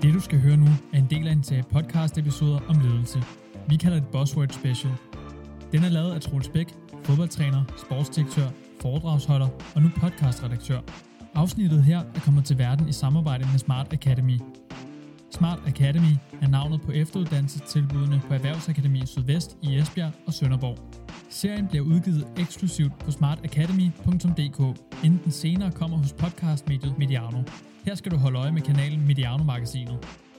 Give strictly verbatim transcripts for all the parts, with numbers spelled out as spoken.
Det du skal høre nu er en del af en serie podcast episoder om ledelse. Vi kalder det Buzzword Special. Den er lavet af Troels Bæk, fodboldtræner, sportsdirektør, foredragsholder og nu podcastredaktør. Afsnittet her er kommet til verden i samarbejde med Smart Academy. Smart Academy er navnet på efteruddannelsestilbudene på Erhvervsakademi Sydvest i Esbjerg og Sønderborg. Serien bliver udgivet eksklusivt på smart academy punktum d k, inden den senere kommer hos podcastmediet Mediano. Her skal du holde øje med kanalen Mediano-magasinet.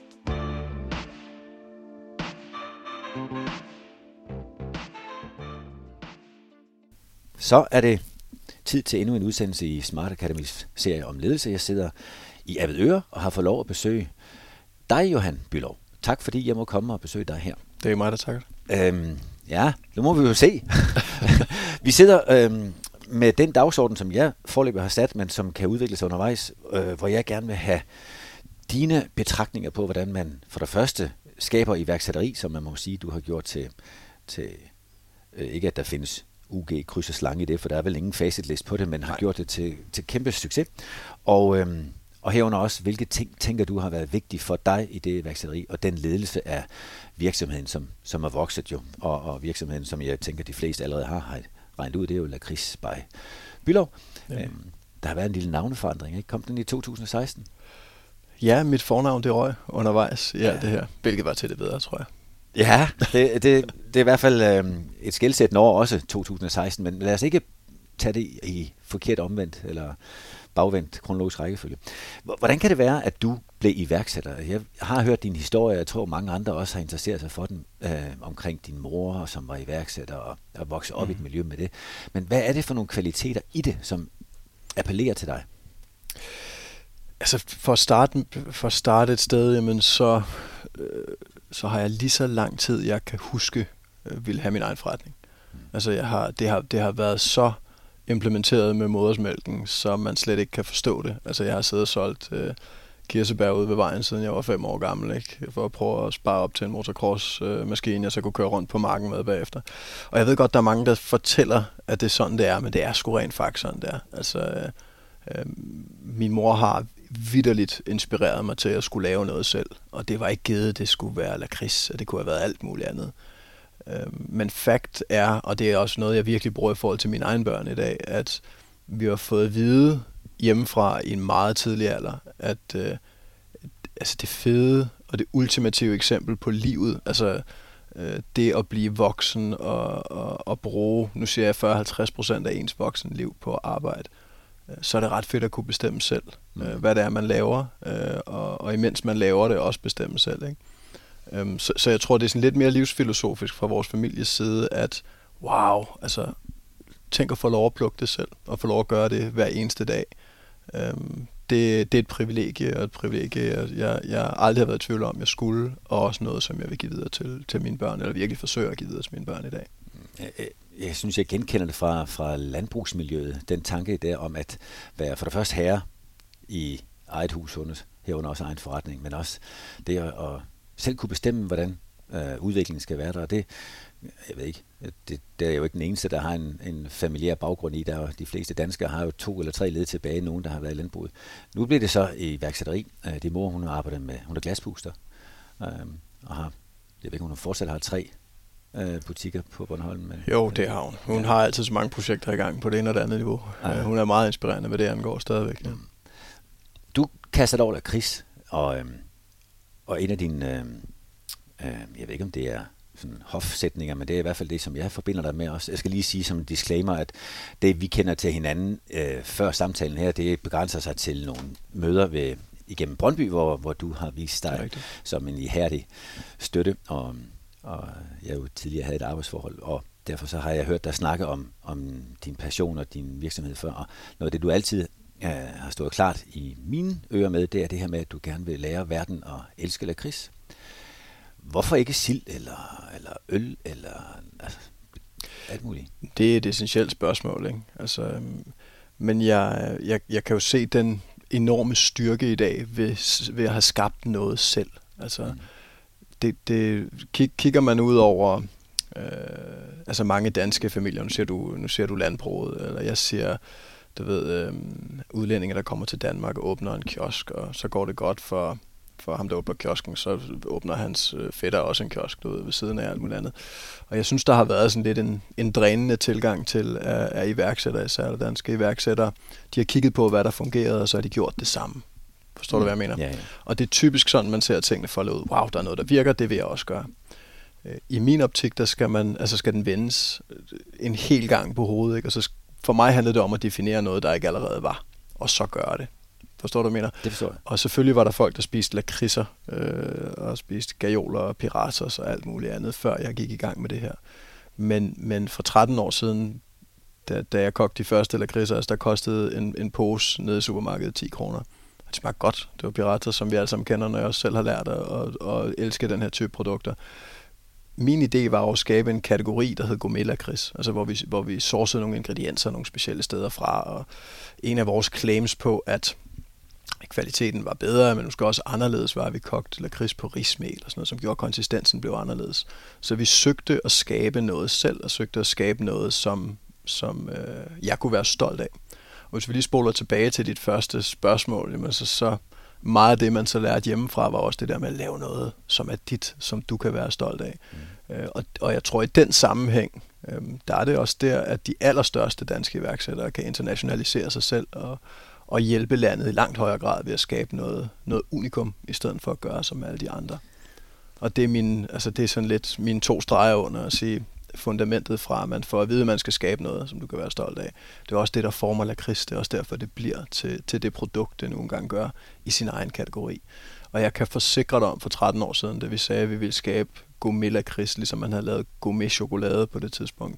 Så er det tid til endnu en udsendelse i Smart Academys serie om ledelse. Jeg sidder i Avedøre og har fået lov at besøge dig, Johan Bülow. Tak fordi jeg må komme og besøge dig her. Det er mig, der takker. Øhm, ja, nu må vi jo se. Vi sidder øhm, med den dagsorden, som jeg foreløbig har sat, men som kan udvikle sig undervejs, øh, hvor jeg gerne vil have dine betragtninger på, hvordan man for det første skaber iværksætteri, som man må sige, du har gjort til, til øh, ikke at der findes U G, kryds og slange i det, for der er vel ingen facitlist på det, men har Nej. gjort det til, til kæmpe succes. Og, øhm, og herunder også, hvilke ting tænker du har været vigtige for dig i det iværksætteri, og den ledelse af virksomheden, som, som er vokset jo, og, og virksomheden, som jeg tænker, de fleste allerede har, har regnet ud, det er jo Lakrids by Bülow. Ja. Øhm, der har været en lille navneforandring, ikke? Kom den i to tusind og seksten? Ja, mit fornavn, det røg undervejs i ja. alt det her, hvilket var til det bedre, tror jeg. Ja, det, det, det er i hvert fald øh, et skelsættende år også, to tusind og seksten, men lad os ikke tage det i forkert omvendt, eller bagvendt kronologisk rækkefølge. Hvordan kan det være, at du blev iværksætter? Jeg har hørt din historie, jeg tror mange andre også har interesseret sig for den, øh, omkring din mor, som var iværksætter og, og voksede op mm. i et miljø med det. Men hvad er det for nogle kvaliteter i det, som appellerer til dig? Altså for at starte, for at starte et sted, jamen så, øh, så har jeg lige så lang tid, jeg kan huske, øh, vil have min egen forretning. Mm. Altså jeg har, det, har, det har været så implementeret med modersmælken, så man slet ikke kan forstå det. Altså jeg har siddet og solgt øh, kirsebær ude ved vejen, siden jeg var fem år gammel, ikke? For at prøve at spare op til en motocross-maskine, øh, jeg så kunne køre rundt på marken med bagefter. Og jeg ved godt, der er mange, der fortæller, at det er sådan, det er, men det er sgu rent faktisk sådan, det er. Altså, øh, øh, min mor har vitterligt inspireret mig til at skulle lave noget selv, og det var ikke givet, det skulle være lakrids, og det kunne have været alt muligt andet. Men fact er, og det er også noget, jeg virkelig bruger i forhold til mine egne børn i dag, at vi har fået at vide hjemmefra i en meget tidlig alder, at øh, altså det fede og det ultimative eksempel på livet, altså øh, det at blive voksen og, og, og bruge, nu siger jeg fyrre til halvtreds procent af ens voksenliv på arbejde, øh, så er det ret fedt at kunne bestemme selv, øh, hvad det er, man laver, øh, og, og imens man laver det, også bestemme selv, ikke? Um, så, så jeg tror, det er sådan lidt mere livsfilosofisk fra vores families side, at wow, altså tænk at få lov at plukke det selv, og få lov at gøre det hver eneste dag. Um, det, det er et privilegie, og et privilegie, jeg, jeg aldrig har været i tvivl om, jeg skulle, og også noget, som jeg vil give videre til, til mine børn, eller virkelig forsøge at give videre til mine børn i dag. Jeg, jeg synes, jeg genkender det fra, fra landbrugsmiljøet, den tanke der om at være for det første herre i eget hus, herunder også egen forretning, men også det at, at selv kunne bestemme, hvordan øh, udviklingen skal være der. Og det, jeg ved ikke, det, det er jo ikke den eneste, der har en, en familiær baggrund i. Der, de fleste danskere har jo to eller tre led tilbage, nogen, der har været i landbruget. Nu bliver det så i iværksætteri. Øh, det mor, hun arbejder med, hun er glaspuster, øh, og har, jeg ved ikke, hun fortsat har tre øh, butikker på Bornholm. Men, jo, det har hun. Hun ja. har altid så mange projekter i gang på det ene og det andet niveau. Ja. Hun er meget inspirerende, hvad det angår stadigvæk. Ja. Du kaster dig over lakrids, og øh, Og en af dine, øh, øh, jeg ved ikke om det er sådan hofsætninger, men det er i hvert fald det, som jeg forbinder dig med også. Jeg skal lige sige som en disclaimer, at det vi kender til hinanden øh, før samtalen her, det begrænser sig til nogle møder ved, igennem Brøndby, hvor, hvor du har vist dig som en ihærdig støtte, og, og jeg jo tidligere havde et arbejdsforhold, og derfor så har jeg hørt dig snakke om, om din passion og din virksomhed før, og noget af det, du altid Uh, har stået klart i mine ører med, det er det her med, at du gerne vil lære verden at elske lakrids. Hvorfor ikke sild, eller, eller øl, eller altså, alt muligt? Det er et essentielt spørgsmål, ikke? Altså, men jeg, jeg, jeg kan jo se den enorme styrke i dag ved, ved at have skabt noget selv. Altså, mm. det, det, kig, kigger man ud over øh, altså mange danske familier, nu ser du, nu ser du landbruget, eller jeg ser du ved, øh, udlændinge, der kommer til Danmark og åbner en kiosk, og så går det godt for for ham, der åbner kiosken, så åbner hans øh, fætter også en kiosk derude ved siden af alt muligt andet. Og jeg synes, der har været sådan lidt en, en drænende tilgang til af, af iværksættere, især danske iværksættere. De har kigget på, hvad der fungerede, og så har de gjort det samme. Forstår mm. du, hvad jeg mener? Ja, ja. Og det er typisk sådan, man ser tingene folde ud. Wow, der er noget, der virker, det vil jeg også gøre. I min optik, der skal man, altså skal den vendes en hel gang på hovedet, ikke? Og så for mig handlede det om at definere noget, der ikke allerede var, og så gøre det. Forstår du, hvad jeg mener? Det forstår jeg. Og selvfølgelig var der folk, der spiste lakridser, øh, og spiste gajoler og pirater og alt muligt andet, før jeg gik i gang med det her. Men, men for tretten år siden, da, da jeg kogte de første lakridser, altså der kostede en, en pose nede i supermarkedet ti kroner. Det smagte godt. Det var pirater, som vi alle sammen kender, når jeg også selv har lært at, at, at elske den her type produkter. Min idé var at skabe en kategori, der hed gourmet lakrids, altså hvor vi, hvor vi sourcede nogle ingredienser nogle specielle steder fra, og en af vores claims på, at kvaliteten var bedre, men måske også anderledes, var, at vi kogte lakrids på rismel og sådan noget, som gjorde, at konsistensen blev anderledes. Så vi søgte at skabe noget selv, og søgte at skabe noget, som, som øh, jeg kunne være stolt af. Og hvis vi lige spoler tilbage til dit første spørgsmål, jamen så, så meget af det, man så lærte hjemmefra, var også det der med at lave noget, som er dit, som du kan være stolt af. Mm. Øh, og, og jeg tror, i den sammenhæng, øh, der er det også der, at de allerstørste danske iværksættere kan internationalisere sig selv og, og hjælpe landet i langt højere grad ved at skabe noget, noget unikum, i stedet for at gøre som alle de andre. Og det er, min, altså det er sådan lidt mine to streger under at sige, fundamentet fra, at man får at vide, at man skal skabe noget, som du kan være stolt af. Det er også det, der former lakrids. Det er også derfor, det bliver til, til det produkt, det nogle gange gør i sin egen kategori. Og jeg kan forsikre dig om for tretten år siden, da vi sagde, at vi ville skabe gourmet lakrids, ligesom man havde lavet gourmet chokolade på det tidspunkt,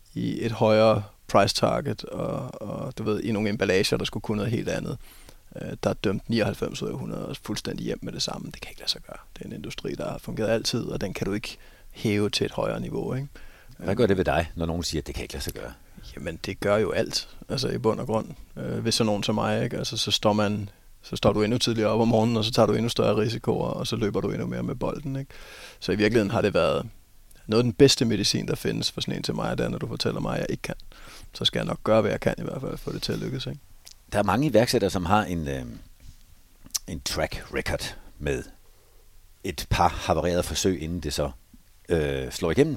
i et højere price target, og, og du ved, i nogle emballager, der skulle kunne noget helt andet. Der er dømt nioghalvfems ud af hundrede fuldstændig hjem med det samme. Det kan ikke lade sig gøre. Det er en industri, der har fungeret altid, og den kan du ikke hæve til et højere niveau, ikke? Hvad gør det ved dig, når nogen siger, at det kan ikke lade sig gøre? Jamen, det gør jo alt, altså i bund og grund. Øh, hvis så nogen som mig, ikke? Altså, så står man, så står du endnu tidligere op om morgenen, og så tager du endnu større risikoer, og så løber du endnu mere med bolden, ikke? Så i virkeligheden har det været noget af den bedste medicin, der findes for sådan en til mig, der når du fortæller mig, at jeg ikke kan. Så skal jeg nok gøre, hvad jeg kan i hvert fald, for det til at lykkes, ikke? Der er mange iværksættere, som har en, øh, en track record med et par havarerede forsøg, inden det så øh, slår igennem.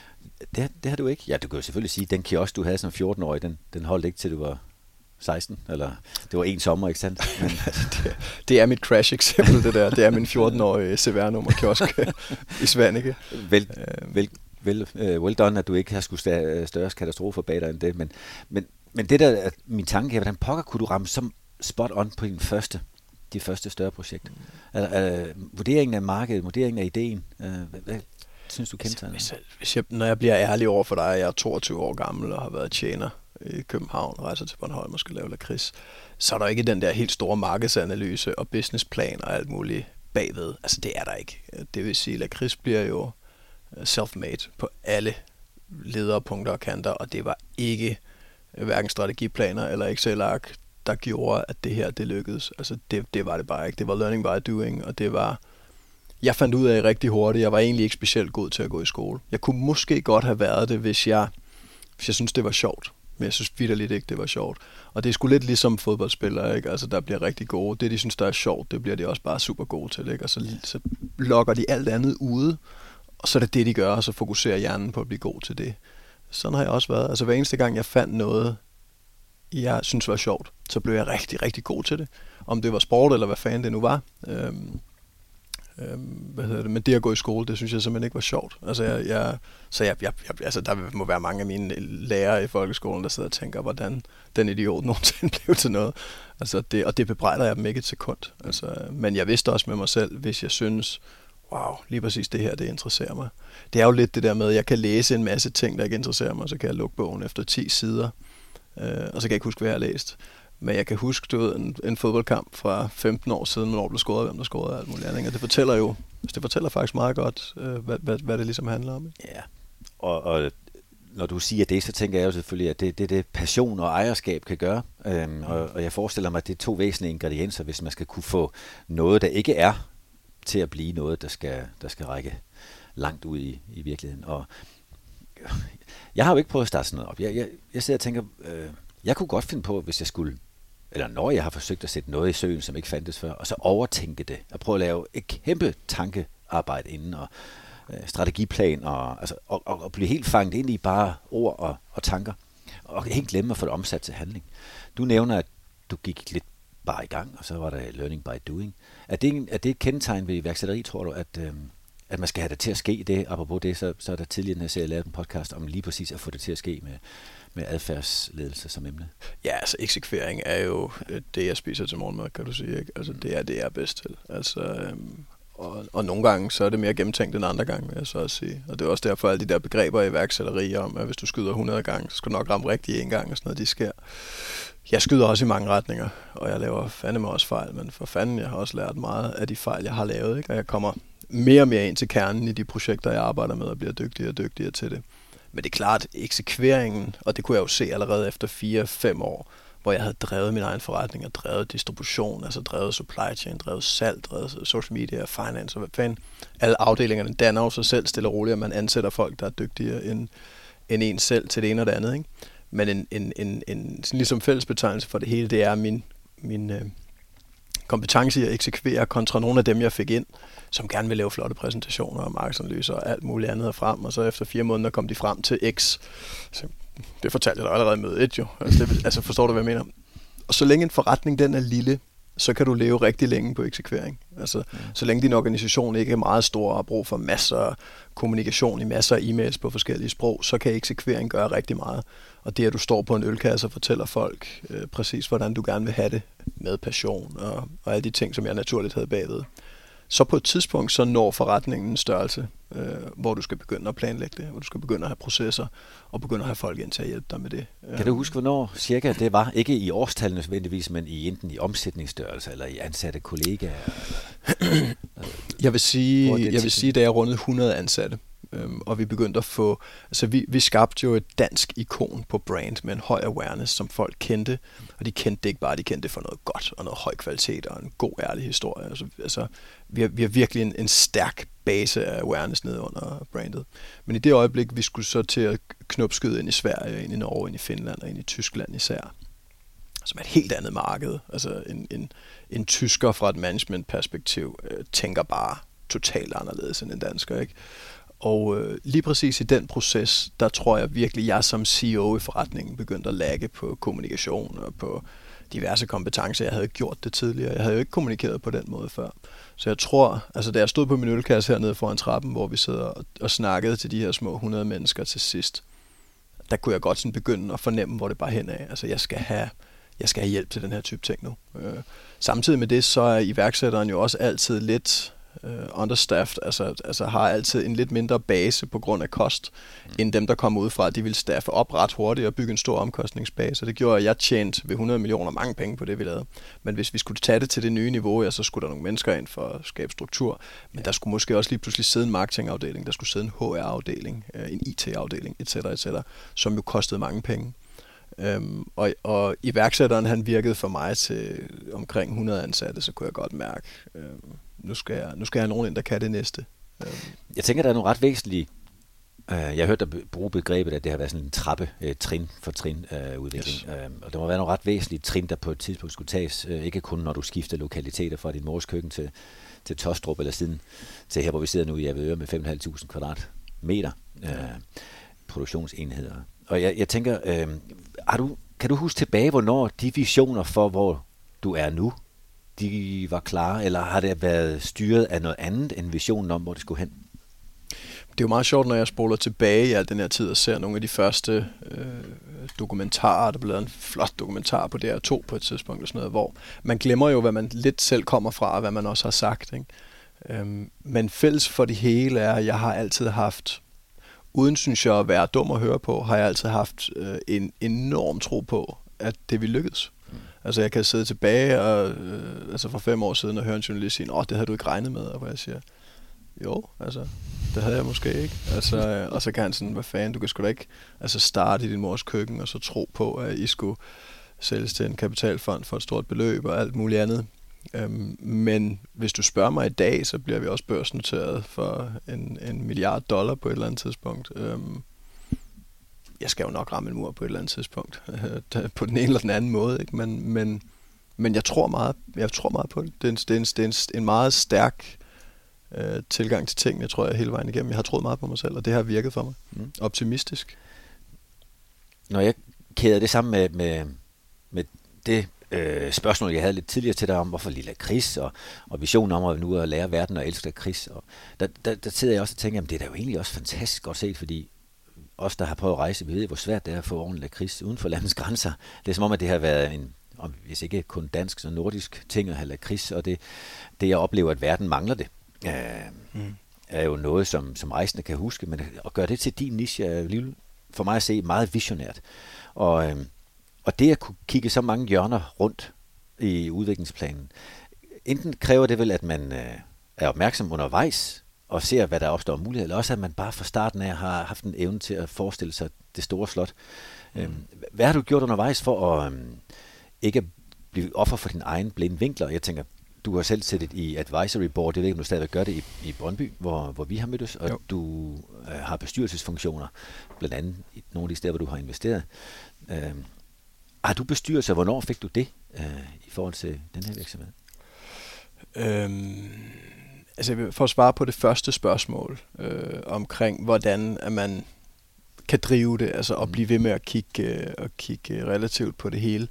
Det, det har du ikke. Ja, du kan jo selvfølgelig sige, at den kiosk, du havde som fjorten-årig, den, den holdt ikke til du var seksten, eller det var en sommer, ikke sandt? Men det, det er mit crash-eksempel, det der. Det er min fjorten-årige C V R-nummer-kiosk i Svanike. Vel, vel, vel, uh, well done, at du ikke har skulle større, større katastrofer bag dig end det, men, men, men det der er min tanke her, hvordan pokker kunne du ramme som spot on på din første, de første større projekter? Mm. Uh, uh, vurderingen af markedet, vurderingen af ideen, uh, hvad, hvad synes du kendt hvis, hvis jeg, når jeg bliver ærlig over for dig, jeg er toogtyve år gammel og har været tjener i København og rejser til Bornholm og skal lave lakrids, så er der ikke den der helt store markedsanalyse og businessplan og alt muligt bagved. Altså det er der ikke. Det vil sige, at lakrids bliver jo self-made på alle lederpunkter og kanter, og det var ikke hverken strategiplaner eller Excel-ark, der gjorde, at det her det lykkedes. Altså det, det var det bare ikke. Det var learning by doing, og det var... Jeg fandt ud af rigtig hurtigt, jeg var egentlig ikke specielt god til at gå i skole. Jeg kunne måske godt have været det, hvis jeg, hvis jeg synes det var sjovt. Men jeg synes vitterligt ikke, det var sjovt. Og det er sgu lidt ligesom fodboldspillere, ikke? Altså, der bliver rigtig gode. Det, de synes, der er sjovt, det bliver de også bare super gode til, ikke? Og så, så lokker de alt andet ude, og så er det det, de gør, og så fokuserer hjernen på at blive god til det. Sådan har jeg også været. Altså, hver eneste gang, jeg fandt noget, jeg synes var sjovt, så blev jeg rigtig, rigtig god til det. Om det var sport, eller hvad fanden det nu var. Øhm, øhm, hvad hedder det? Men det at gå i skole, det synes jeg simpelthen ikke var sjovt. Altså, jeg, jeg, så jeg, jeg, jeg, altså, der må være mange af mine lærere i folkeskolen, der sidder og tænker, hvordan den idiot nogensinde blev til noget. Altså, det, og det bebrejder jeg dem ikke et sekund. Altså, men jeg vidste også med mig selv, hvis jeg synes, wow, lige præcis det her, det interesserer mig. Det er jo lidt det der med, at jeg kan læse en masse ting, der ikke interesserer mig, så kan jeg lukke bogen efter ti sider, øh, og så kan jeg ikke huske, hvad jeg har læst. Men jeg kan huske, du ved, en, en fodboldkamp fra femten år siden, hvornår der scorede, hvem der scorede og alt muligt andet. Og det fortæller jo, det fortæller faktisk meget godt, øh, hvad, hvad, hvad det ligesom handler om. Ikke? Ja, og, og når du siger det, så tænker jeg jo selvfølgelig, at det det, det passion og ejerskab kan gøre. Øhm, og, og jeg forestiller mig, at det er to væsentlige ingredienser, hvis man skal kunne få noget, der ikke er, til at blive noget, der skal, der skal række langt ud i, i virkeligheden. Og jeg har jo ikke prøvet at starte sådan noget op. Jeg, jeg, jeg sidder og tænker, øh, jeg kunne godt finde på, hvis jeg skulle eller når jeg har forsøgt at sætte noget i søen, som ikke fandtes før, og så overtænke det, og prøve at lave et kæmpe tankearbejde inden, og øh, strategiplan, og, altså, og, og, og blive helt fanget ind i bare ord og, og tanker, og helt glemme at få det omsat til handling. Du nævner, at du gik lidt bare i gang, og så var der learning by doing. Er det, er det et kendetegn ved iværksætteri, tror du, at, øh, at man skal have det til at ske? Det, apropos det, så, så er der tidligere, når jeg ser, jeg lavede en podcast om lige præcis at få det til at ske med, med adfærdsledelse som emne. Ja, altså eksekvering er jo det, jeg spiser til morgenmad, kan du sige. Ikke? Altså det er det, jeg er bedst til. Altså, øhm, og, og nogle gange, så er det mere gennemtænkt end andre gange, vil jeg så også sige. Og det er også derfor, alle de der begreber i iværksætteri om, at hvis du skyder hundrede gange, så skal du nok ramme rigtigt en gang, og sådan noget, de sker. Jeg skyder også i mange retninger, og jeg laver fandeme også fejl, men for fanden, jeg har også lært meget af de fejl, jeg har lavet, ikke? Og jeg kommer mere og mere ind til kernen i de projekter, jeg arbejder med, og bliver dygtigere og dygtigere til det. Men det er klart, eksekveringen, og det kunne jeg jo se allerede efter fire fem år, hvor jeg havde drevet min egen forretning, og drevet distribution, altså drevet supply chain, drevet salg, drevet social media, finance og hvad fanden. Alle afdelingerne danner jo sig selv stille og roligt, og man ansætter folk, der er dygtigere end, end en selv til det ene og det andet, ikke? Men en, en, en, en ligesom fællesbetegnelse for det hele, det er min, min øh, kompetence i at eksekvere kontra nogle af dem, jeg fik ind, som gerne vil lave flotte præsentationer og markedsanalyser og alt muligt andet frem, og så efter fire måneder kom de frem til X. Så det fortalte jeg dig allerede i møde et jo. Altså, det, altså forstår du, hvad jeg mener? Og så længe en forretning den er lille, så kan du leve rigtig længe på eksekvering. Altså, mm. så længe din organisation ikke er meget stor og har brug for masser af kommunikation i masser af e-mails på forskellige sprog, så kan eksekvering gøre rigtig meget. Og det, at du står på en ølkasse og fortæller folk øh, præcis, hvordan du gerne vil have det, med passion og, og alle de ting, som jeg naturligt havde bagved. Så på et tidspunkt, så når forretningen en størrelse, øh, hvor du skal begynde at planlægge det, hvor du skal begynde at have processer, og begynde at have folk ind til at hjælpe dig med det. Kan du huske, hvornår cirka det var? Ikke i årstal nødvendigvis, men i enten i omsætningsstørrelse, eller i ansatte kollegaer? Jeg vil sige, jeg vil sige, da jeg rundede hundrede ansatte, øhm, og vi begyndte at få, altså vi, vi skabte jo et dansk ikon på brand med en høj awareness, som folk kendte, og de kendte det ikke bare, de kendte det for noget godt, og noget høj kvalitet, og en god, ærlig historie. Altså, altså vi, har, vi har virkelig en, en stærk base af awareness nede under brandet. Men i det øjeblik, vi skulle så til at knopskyde ind i Sverige, ind i Norge, ind i Finland og ind i Tyskland især, som er et helt andet marked. Altså en, en, en tysker fra et managementperspektiv øh, tænker bare totalt anderledes end en dansker, ikke? Og øh, lige præcis i den proces, der tror jeg virkelig, jeg som C E O i forretningen begyndte at lagge på kommunikation og på diverse kompetencer. Jeg havde gjort det tidligere. Jeg havde jo ikke kommunikeret på den måde før. Så jeg tror, altså da jeg stod på min ølkasse hernede foran trappen, hvor vi sidder og, og snakkede til de her små hundrede mennesker til sidst, der kunne jeg godt sådan begynde at fornemme, hvor det bare hen af. Altså jeg skal have, jeg skal have hjælp til den her type ting nu. Øh, samtidig med det, så er iværksætteren jo også altid lidt Uh, understaffed, altså, altså har altid en lidt mindre base på grund af kost, mm. end dem, der kommer ud fra, at de vil staffe op ret hurtigt og bygge en stor omkostningsbase. Det gjorde, at jeg tjente ved hundrede millioner mange penge på det, vi lavede. Men hvis vi skulle tage det til det nye niveau, ja, så skulle der nogle mennesker ind for at skabe struktur. Men ja. Der skulle måske også lige pludselig sidde en marketingafdeling, der skulle sidde en H R-afdeling, en I T-afdeling, et cetera, et cetera, som jo kostede mange penge. Um, og, og iværksætteren, han virkede for mig til omkring hundrede ansatte, så kunne jeg godt mærke, um, nu skal jeg, nu skal jeg have nogen ind, der kan det næste. Um. Jeg tænker, der er nogle ret væsentlige, uh, jeg har hørt dig bruge begrebet, at det har været sådan en trappe, uh, trin for trin uh, udvikling, yes. uh, og der må være nogle ret væsentlige trin, der på et tidspunkt skulle tages, uh, ikke kun når du skifter lokaliteter fra din mors køkken til, til Tostrup, eller siden til her, hvor vi sidder nu i Avedøre med fem tusind fem hundrede kvadratmeter uh, produktionsenheder. Og jeg, jeg tænker, øh, har du, kan du huske tilbage, hvornår de visioner for, hvor du er nu, de var klare, eller har det været styret af noget andet end visionen om, hvor det skulle hen? Det er jo meget sjovt, når jeg spoler tilbage i al den her tid og ser nogle af de første øh, dokumentarer. Der blev lavet en flot dokumentar på D R to på et tidspunkt, og sådan noget, hvor man glemmer jo, hvad man lidt selv kommer fra, og hvad man også har sagt, ikke? Øhm, men fælles for det hele er, at jeg har altid haft, uden synes jeg at være dum at høre på, har jeg altid haft øh, en enorm tro på, at det vil lykkes. Mm. Altså jeg kan sidde tilbage og, øh, altså for fem år siden og høre en journalist sige, åh, det havde du ikke regnet med, og hvor jeg siger, jo, altså, det havde jeg måske ikke. Altså, øh, og så kan han sådan, hvad fanden, du kan sgu da ikke altså starte i din mors køkken, og så tro på, at I skulle sælges til en kapitalfond for et stort beløb og alt muligt andet. Øhm, men hvis du spørger mig i dag, så bliver vi også børsnoteret for en, en milliard dollar på et eller andet tidspunkt. Øhm, jeg skal jo nok ramme en mur på et eller andet tidspunkt, på den ene eller den anden måde, ikke? Men, men men jeg tror meget, jeg tror meget på det. Det er en, det er en, det er en, en meget stærk øh, tilgang til ting, jeg tror jeg hele vejen igennem. Jeg har troet meget på mig selv, og det har virket for mig. Mm. Optimistisk. Når jeg kæder det sammen med, med, med det øh, spørgsmål, jeg havde lidt tidligere til dig om, hvorfor lille Chris, og, og visionen om at nu at lære verden og elske Chris, og der, der, der sidder jeg også og tænker, jamen det er da jo egentlig også fantastisk godt set, fordi os, der har prøvet at rejse, vi ved, hvor svært det er at få ordentlig Chris uden for landets grænser. Det er som om, at det har været en, hvis ikke kun dansk, så nordisk ting at have lakrids, og det, det jeg oplever, at verden mangler det, øh, mm. er jo noget, som, som rejsende kan huske, men at gøre det til din niche er for mig at se meget visionært. Og, øh, og det at kunne kigge så mange hjørner rundt i udviklingsplanen, enten kræver det vel, at man øh, er opmærksom undervejs, og ser, hvad der opstår mulighed, eller også at man bare fra starten af har haft en evne til at forestille sig det store slot. Mm. Øh, hvad har du gjort undervejs for at... Øh, ikke at blive offer for din egen blinde vinkler? Jeg tænker, du har selv siddet i advisory board, jeg ved ikke, om du stadigvæk gør det i, i Brøndby, hvor, hvor vi har mødtes, og jo. du øh, har bestyrelsesfunktioner, blandt andet i nogle af de steder, hvor du har investeret. Øh, har du bestyrelse, og hvornår fik du det øh, i forhold til den her virksomhed? Øhm, altså for at svare på det første spørgsmål øh, omkring, hvordan at man kan drive det, altså at blive ved med at kigge, øh, at kigge relativt på det hele.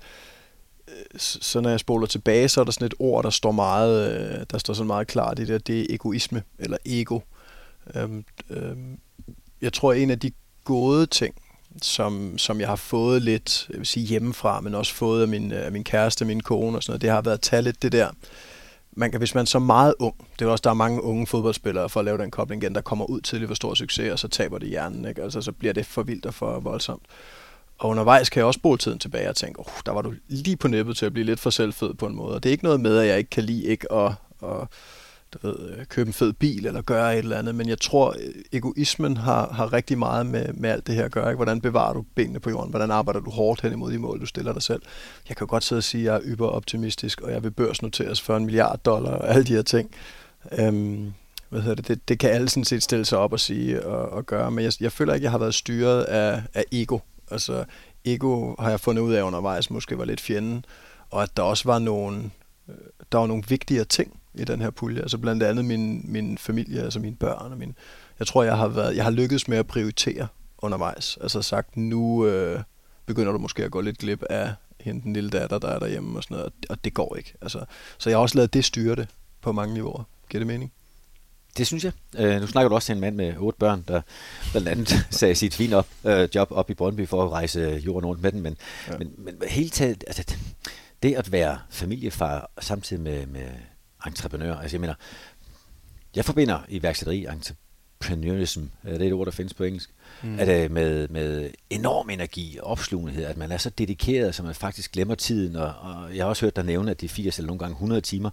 Så når jeg spoler tilbage, så er der sådan et ord, der står meget, der står sådan meget klart i det, det er egoisme, eller ego. Øhm, øhm, jeg tror, en af de gode ting, som, som jeg har fået lidt, jeg vil sige hjemmefra, men også fået af min, af min kæreste, min kone og sådan noget, det har været at tage lidt det der. Man kan, hvis man er så meget ung, det er også, der er mange unge fodboldspillere, for at lave den kobling igen, der kommer ud tidligt for stor succes, og så taber det hjernen, ikke? Altså så bliver det for vildt og for voldsomt. Og undervejs kan jeg også spole tiden tilbage og tænke, oh, der var du lige på nippet til at blive lidt for selvfed på en måde. Og det er ikke noget med, at jeg ikke kan lide ikke at, at du ved, købe en fed bil eller gøre et eller andet, men jeg tror, egoismen har, har rigtig meget med, med alt det her at gøre. Ikke? Hvordan bevarer du benene på jorden? Hvordan arbejder du hårdt hen imod de mål, du stiller dig selv? Jeg kan godt sidde og sige, at jeg er yberoptimistisk, og jeg vil børsnoteres for en milliard dollar og alle de her ting. Øhm, hvad hedder det? det? Det kan alle sådan set stille sig op og sige og, og gøre, men jeg, jeg føler ikke, at jeg har været styret af, af ego. Altså, ego har jeg fundet ud af undervejs, måske var lidt fjenden, og at der også var nogle, der var nogle vigtigere ting i den her pulje, altså blandt andet min, min familie, altså mine børn, og min, jeg tror, jeg har været, jeg har lykkedes med at prioritere undervejs, altså sagt, nu øh, begynder du måske at gå lidt glip af hende, den lille datter, der er derhjemme og sådan noget, og det går ikke, altså, så jeg har også ladet det styre det på mange niveauer. Giver det mening? Det synes jeg. Øh, nu snakker du også til en mand med otte børn, der blandt andet sagde sit fine op, øh, job op i Brøndby for at rejse jorden rundt med den, men, ja. men, men helt taget, altså, det at være familiefar samtidig med, med entreprenør, altså jeg mener, jeg forbinder iværksætteri, entrepreneurism, det er et ord, der findes på engelsk, mm. at, øh, med, med enorm energi og opslugenhed, at man er så dedikeret, så man faktisk glemmer tiden, og, og jeg har også hørt dig nævne, at de firs eller nogle gange hundrede timer,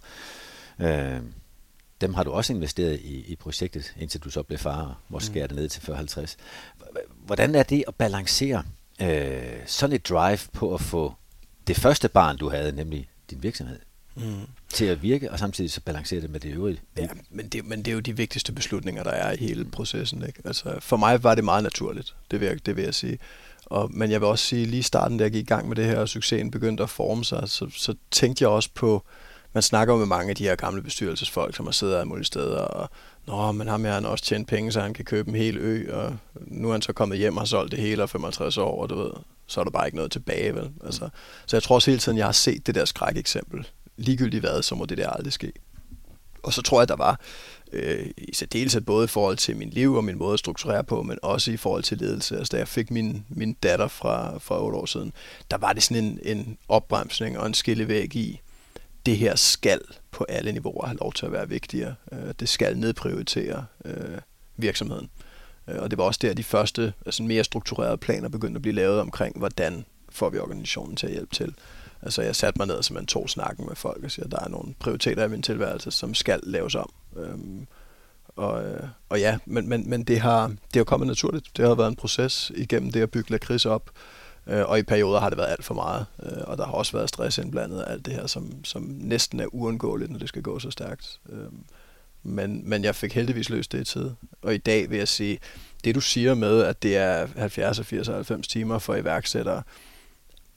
øh, dem har du også investeret i, i projektet, indtil du så blev far, og måske skærer det ned til fyrre halvtreds. Hvordan er det at balancere øh, sådan et drive på at få det første barn, du havde, nemlig din virksomhed, mm. til at virke, og samtidig så balancere det med det øvrige? Ja, men det, men det er jo de vigtigste beslutninger, der er i hele processen. Ikke? Altså, for mig var det meget naturligt, det vil jeg, det vil jeg sige. Og, men jeg vil også sige, lige i starten, da jeg gik i gang med det her, og succesen begyndte at forme sig, så, så tænkte jeg også på, man snakker jo med mange af de her gamle bestyrelsesfolk, som har siddet af mulige steder, og nå, men ham her har også tjent penge, så han kan købe en hel ø, og nu er han så kommet hjem og har solgt det hele og femoghalvtreds år, og du ved, så er der bare ikke noget tilbage, vel? Altså, så jeg tror også hele tiden, jeg har set det der skrækeksempel. Ligegyldigt hvad, så må det der aldrig ske. Og så tror jeg, der var øh, i særdeleshed både i forhold til min liv og min måde at strukturere på, men også i forhold til ledelse. Altså da jeg fik min, min datter fra, fra otte år siden, der var det sådan en, en opbremsning og en skillevæg i, det her skal på alle niveauer have lov til at være vigtigere. Det skal nedprioritere øh, virksomheden. Og det var også der, de første altså mere strukturerede planer begyndte at blive lavet omkring, hvordan får vi organisationen til at hjælpe til. Altså jeg satte mig ned og simpelthen tog snakken med folk og siger, at der er nogle prioriteter i min tilværelse, som skal laves om. Øhm, og, og ja, men, men, men det har det har kommet naturligt. Det har været en proces igennem det at bygge lakrids op. Og i perioder har det været alt for meget, og der har også været stress indblandet af alt det her, som, som næsten er uundgåeligt, når det skal gå så stærkt. Men, men jeg fik heldigvis løst det i tide. Og i dag vil jeg sige, det du siger med, at det er halvfjerds, firs og halvfems timer for iværksættere,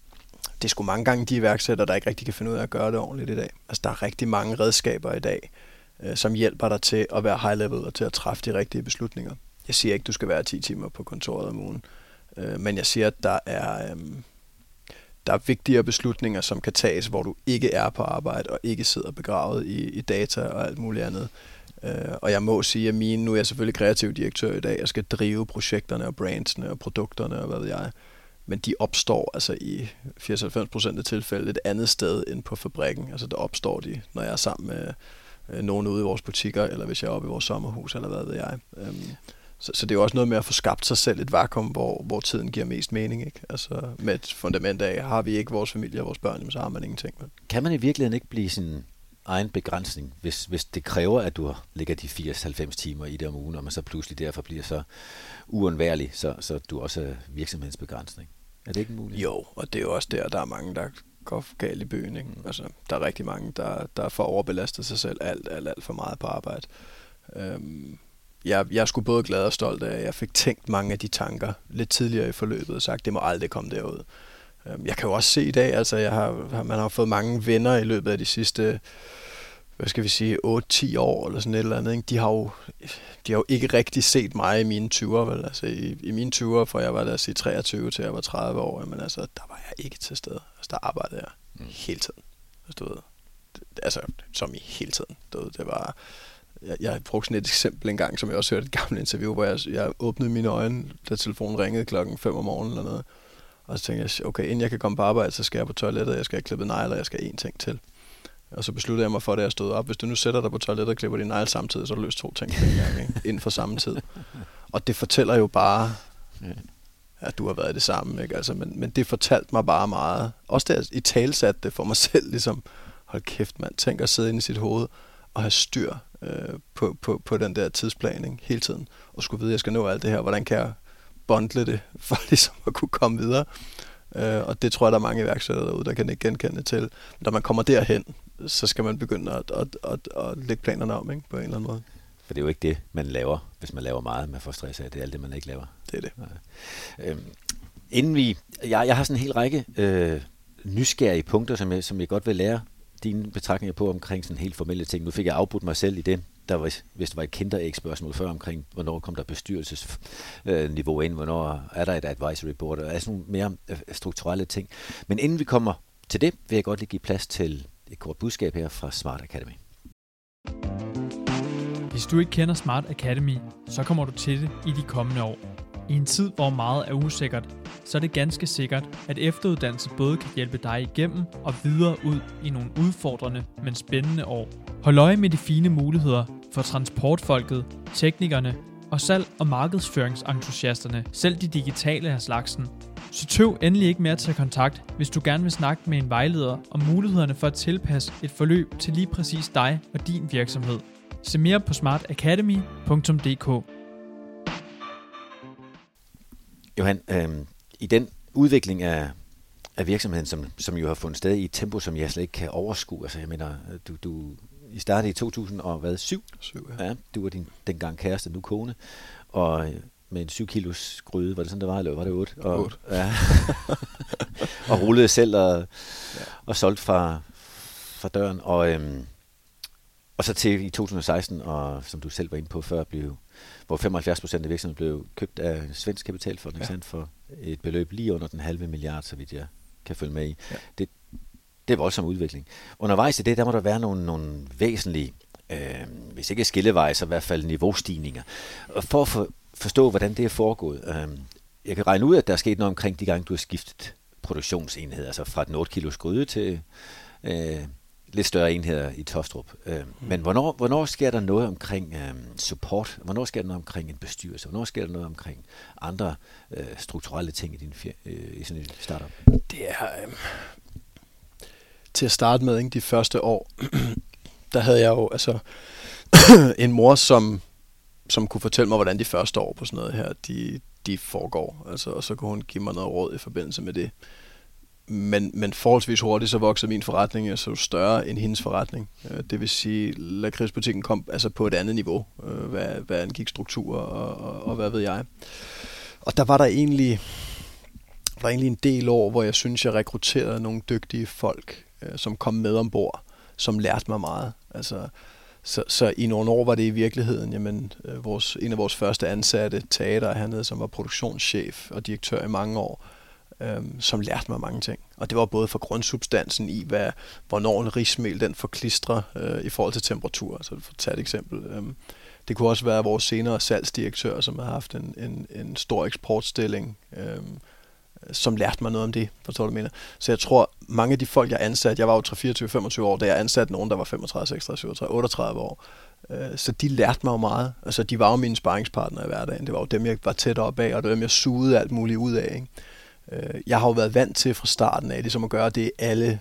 det er sgu mange gange de iværksættere, der ikke rigtig kan finde ud af at gøre det ordentligt i dag. Altså, der er rigtig mange redskaber i dag, øh, som hjælper dig til at være high level og til at træffe de rigtige beslutninger. Jeg siger ikke, du skal være ti timer på kontoret om ugen, øh, men jeg siger, at der er, øh, der er vigtigere beslutninger, som kan tages, hvor du ikke er på arbejde og ikke sidder begravet i, i data og alt muligt andet. Øh, og jeg må sige, at mine, nu er jeg selvfølgelig kreativ direktør i dag, jeg skal drive projekterne og brandsene og produkterne og hvad ved jeg. Men de opstår altså i firs til halvfems procent af tilfælde et andet sted end på fabrikken. Altså der opstår de, når jeg er sammen med øh, nogen ude i vores butikker, eller hvis jeg er oppe i vores sommerhus, eller hvad ved jeg. Øhm, så, så det er jo også noget med at få skabt sig selv et vakuum, hvor, hvor tiden giver mest mening. Ikke? Altså med et fundament af, har vi ikke vores familie og vores børn, så har man ingenting. Men. Kan man i virkeligheden ikke blive sin egen begrænsning, hvis, hvis det kræver, at du ligger de firs til halvfems timer i det om ugen, og man så pludselig derfor bliver så uundværlig, så, så du også er virksomhedsbegrænsning? Er det ikke muligt? Jo, og det er jo også der, der er mange, der går galt i byen. Ikke? Mm. Altså, der er rigtig mange, der, der får overbelastet sig selv alt, alt, alt for meget på arbejde. Øhm, jeg, jeg er sgu både glad og stolt af, at jeg fik tænkt mange af de tanker lidt tidligere i forløbet og sagt, det må aldrig komme derud. Øhm, jeg kan jo også se i dag, altså jeg har, man har fået mange venner i løbet af de sidste, hvad skal vi sige, otte til ti år eller sådan et eller andet. Ikke? De har jo de har jo ikke rigtig set mig i mine tyvere, vel? Altså i, i mine tyvere, fra jeg var lad os sige treogtyve til jeg var tredive år, men altså der var jeg ikke til stede. Altså der arbejdede jeg mm. hele tiden. Altså, du ved, det, altså som i hele tiden. Du ved, det var jeg, jeg brugte sådan et eksempel en gang, som jeg også hørte et gammelt interview, hvor jeg, jeg åbnede mine øjne, da telefonen ringede klokken fem om morgenen eller noget. Og så tænkte jeg, okay, inden jeg kan komme på arbejde, så skal jeg på toilettet, jeg skal have klippet negle, og jeg skal have én ting til. Og så besluttede jeg mig for, da jeg stod op, hvis du nu sætter dig på toilettet og klipper dine negle samtidig, så er du løst to ting på en gang, ikke? Inden for samme tid. Og det fortæller jo bare, at du har været i det samme, ikke? Altså, men, men det fortalte mig bare meget. Også da jeg i talsatte det for mig selv, ligesom, hold kæft mand, tænk at sidde inde i sit hoved og have styr øh, på, på, på den der tidsplan hele tiden. Og skulle vide, at jeg skal nå alt det her, hvordan kan jeg bundle det, for ligesom at kunne komme videre. Uh, og det tror jeg, der er mange iværksættere derude, der kan ikke genkende til. Men når man kommer derhen, så skal man begynde at, at, at, at lægge planerne om, ikke? På en eller anden måde. For det er jo ikke det, man laver, hvis man laver meget, man får stress af. Det er alt det, man ikke laver. Det er det. Ja. Øhm, inden vi... Jeg, jeg har sådan en hel række øh, nysgerrige punkter, som jeg, som jeg godt vil lære dine betragtninger på omkring sådan helt formelle ting. Nu fik jeg afbrudt mig selv i det. Der var, hvis der var et kinderæg-spørgsmål før omkring, hvornår kom der bestyrelsesniveau ind, hvornår er der et advisory board, og er sådan nogle mere strukturelle ting. Men inden vi kommer til det, vil jeg godt lige give plads til et kort budskab her fra Smart Academy. Hvis du ikke kender Smart Academy, så kommer du til det i de kommende år. I en tid, hvor meget er usikkert, så er det ganske sikkert, at efteruddannelse både kan hjælpe dig igennem og videre ud i nogle udfordrende, men spændende år. Hold øje med de fine muligheder for transportfolket, teknikerne og salg- og markedsføringsentusiasterne, selv de digitale af slagsen. Så tøv endelig ikke med at tage kontakt, hvis du gerne vil snakke med en vejleder om mulighederne for at tilpasse et forløb til lige præcis dig og din virksomhed. Se mere på smart academy punktum d k. Johan, øh, i den udvikling af, af virksomheden, som, som jo har fundet sted i et tempo, som jeg slet ikke kan overskue. Altså, jeg mener, du, du I startede i to tusind syv. syv ja. Ja, du var din dengang kæreste, nu kone. Og med en syv kilos gryde, var det sådan, det var, eller var det otte? Og, otte. Ja. Og rullede selv og, ja. og solgte fra, fra døren. Og, øhm, og så til i to tusind og seksten, og som du selv var inde på før, blev, hvor femoghalvfjerds procent af virksomheden blev købt af svensk kapitalfond, ja. For et beløb lige under den halve milliard, så vidt jeg kan følge med i. Ja. Det, det er voldsom udvikling. Undervejs i det, der må der være nogle, nogle væsentlige, øh, hvis ikke skilleveje, så i hvert fald niveaustigninger. Og for at for, forstå, hvordan det er foregået, øh, jeg kan regne ud, at der er sket noget omkring de gange, du har skiftet produktionsenhed, altså fra den otte kilos gryde til øh, lidt større enheder i Tostrup. Øh, mm. Men hvornår, hvornår sker der noget omkring øh, support? Hvornår sker der noget omkring en bestyrelse? Hvornår sker der noget omkring andre øh, strukturelle ting i, din fir- øh, i sådan en startup? Det er... Øh Til at starte med, ikke, de første år, der havde jeg jo altså en mor, som, som kunne fortælle mig, hvordan de første år på sådan noget her, de, de foregår. Altså, og så kunne hun give mig noget råd i forbindelse med det. Men, men forholdsvis hurtigt, så voksede min forretning altså større end hendes forretning. Det vil sige, lakridsbutikken kom altså på et andet niveau, hvad, hvad angik struktur og, og, og hvad ved jeg. Og der var der egentlig... der var egentlig en del år, hvor jeg synes, jeg rekrutterede nogle dygtige folk, øh, som kom med ombord, som lærte mig meget. Altså, så, så i nogle år var det i virkeligheden, jamen, øh, vores, en af vores første ansatte, Teater hernede, som var produktionschef og direktør i mange år, øh, som lærte mig mange ting. Og det var både for grundsubstansen i, hvad, hvornår en rismel den forklistrer øh, i forhold til temperatur. Så for at tage et eksempel. Øh, det kunne også være vores senere salgsdirektør, som har haft en, en, en stor eksportstilling, øh, som lærte mig noget om det, forstår du, mener. Så jeg tror, mange af de folk, jeg ansatte, jeg var jo tre, fireogtyve, femogtyve år, da jeg ansatte nogen, der var femogtredive, seksogtredive, syvogtredive, otteogtredive år. Så de lærte mig jo meget. Altså, de var jo mine sparringspartnere i hverdagen. Det var jo dem, jeg var tæt op af, og det var dem, jeg sugede alt muligt ud af. Ikke? Jeg har jo været vant til fra starten af, ligesom at gøre det, alle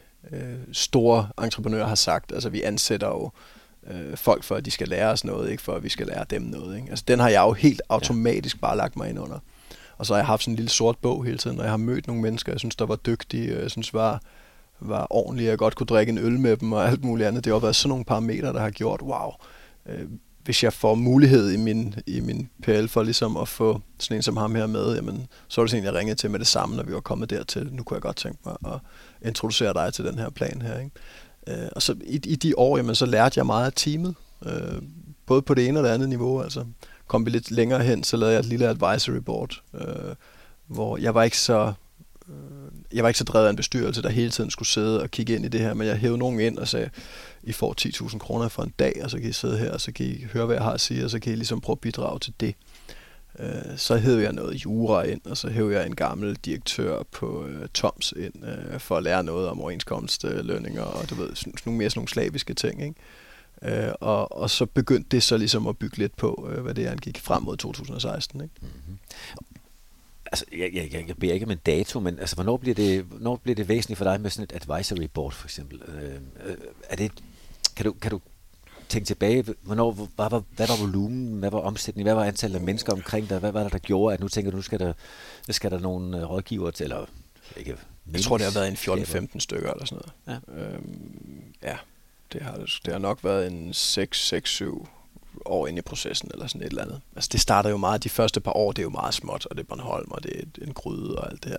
store entreprenører har sagt. Altså, vi ansætter jo folk for, at de skal lære os noget, ikke for, at vi skal lære dem noget. Ikke? Altså, den har jeg jo helt automatisk bare lagt mig ind under. Og så har jeg haft sådan en lille sort bog hele tiden, og jeg har mødt nogle mennesker, jeg synes, der var dygtige, jeg synes, var, var ordentlige, jeg godt kunne drikke en øl med dem og alt muligt andet. Det har været sådan nogle parametre, der har gjort, wow, øh, hvis jeg får mulighed i min, i min P L for ligesom at få sådan en som ham her med, jamen, så var det sådan, jeg ringede til med det samme, når vi var kommet dertil. Nu kunne jeg godt tænke mig at introducere dig til den her plan her. Ikke? Øh, og så i, i de år, jamen, så lærte jeg meget af teamet, øh, både på det ene og det andet niveau, altså. Kom vi lidt længere hen, så lavede jeg et lille advisory board, øh, hvor jeg var ikke så øh, jeg var ikke så drevet af en bestyrelse, der hele tiden skulle sidde og kigge ind i det her, men jeg hævde nogen ind og sagde, I får ti tusind kroner for en dag, og så kan I sidde her, og så kan I høre, hvad jeg har at sige, og så kan I ligesom prøve at bidrage til det. Øh, så hævde jeg noget jura ind, og så hævde jeg en gammel direktør på øh, Toms ind, øh, for at lære noget om overenskomstlønninger, og du ved, sådan, nogle mere sådan nogle slaviske ting, ikke? Uh, og, og så begyndte det så ligesom at bygge lidt på, uh, hvad det angik frem mod to tusind og seksten. Ikke? Mm-hmm. Altså, jeg, jeg, jeg, jeg beder ikke om en dato, men altså, hvornår bliver det, hvornår bliver det væsentligt for dig med sådan et advisory board, for eksempel? Uh, er det, kan, du, kan du tænke tilbage, hvornår, hvad, var, hvad var volumen, hvad var omsætning, hvad var antallet af mennesker omkring dig, hvad var der, der gjorde, at nu tænker du, nu skal der, skal der nogle rådgiver til, eller ikke? Jeg tror, det har været en fjorten femten stykker eller sådan noget. Ja. Øhm, ja. Det har, det har nok været en seks seks syv år inde i processen, eller sådan et eller andet. Altså det starter jo meget, de første par år, det er jo meget småt, og det er Bornholm, og det er en gryde og alt det her.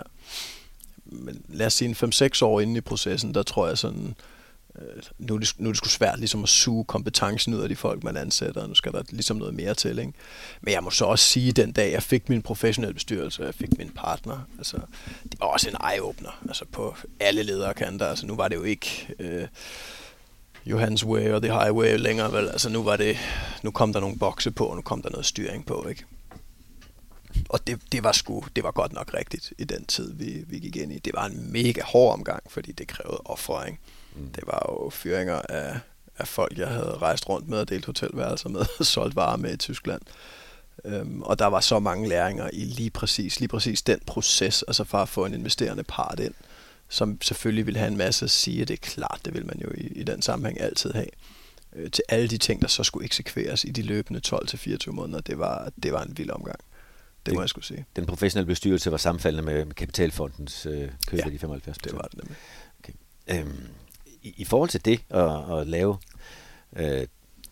Men lad os sige en fem seks år inde i processen, der tror jeg sådan, øh, nu, er det, nu er det sgu svært ligesom at suge kompetencen ud af de folk, man ansætter, og nu skal der ligesom noget mere til, ikke? Men jeg må så også sige, den dag jeg fik min professionelle bestyrelse, og jeg fik min partner, altså det var også en eye-opener, altså på alle lederkanter, altså nu var det jo ikke... Øh, Johans way og the highway længere, vel? Altså nu var det, nu kom der nogle bokse på, og nu kom der noget styring på, ikke? Og det, det var sgu, det var godt nok rigtigt i den tid, vi, vi gik ind i. Det var en mega hård omgang, fordi det krævede offring. Mm. Det var jo fyringer af, af folk, jeg havde rejst rundt med og delt hotelværelser med og solgt varer med i Tyskland. Um, og der var så mange læringer i lige præcis, lige præcis den proces, altså for at få en investerende part ind, som selvfølgelig vil have en masse at sige, det er klart, det vil man jo i, i den sammenhæng altid have, øh, til alle de ting, der så skulle eksekveres i de løbende tolv til fireogtyve måneder. Det var, det var en vild omgang. Det, det må jeg skulle sige. Den professionelle bestyrelse var sammenfaldende med, med Kapitalfondens øh, køb ja, af de femoghalvfjerds det var det nemlig. Okay. Øhm, i, I forhold til det, at, at lave øh,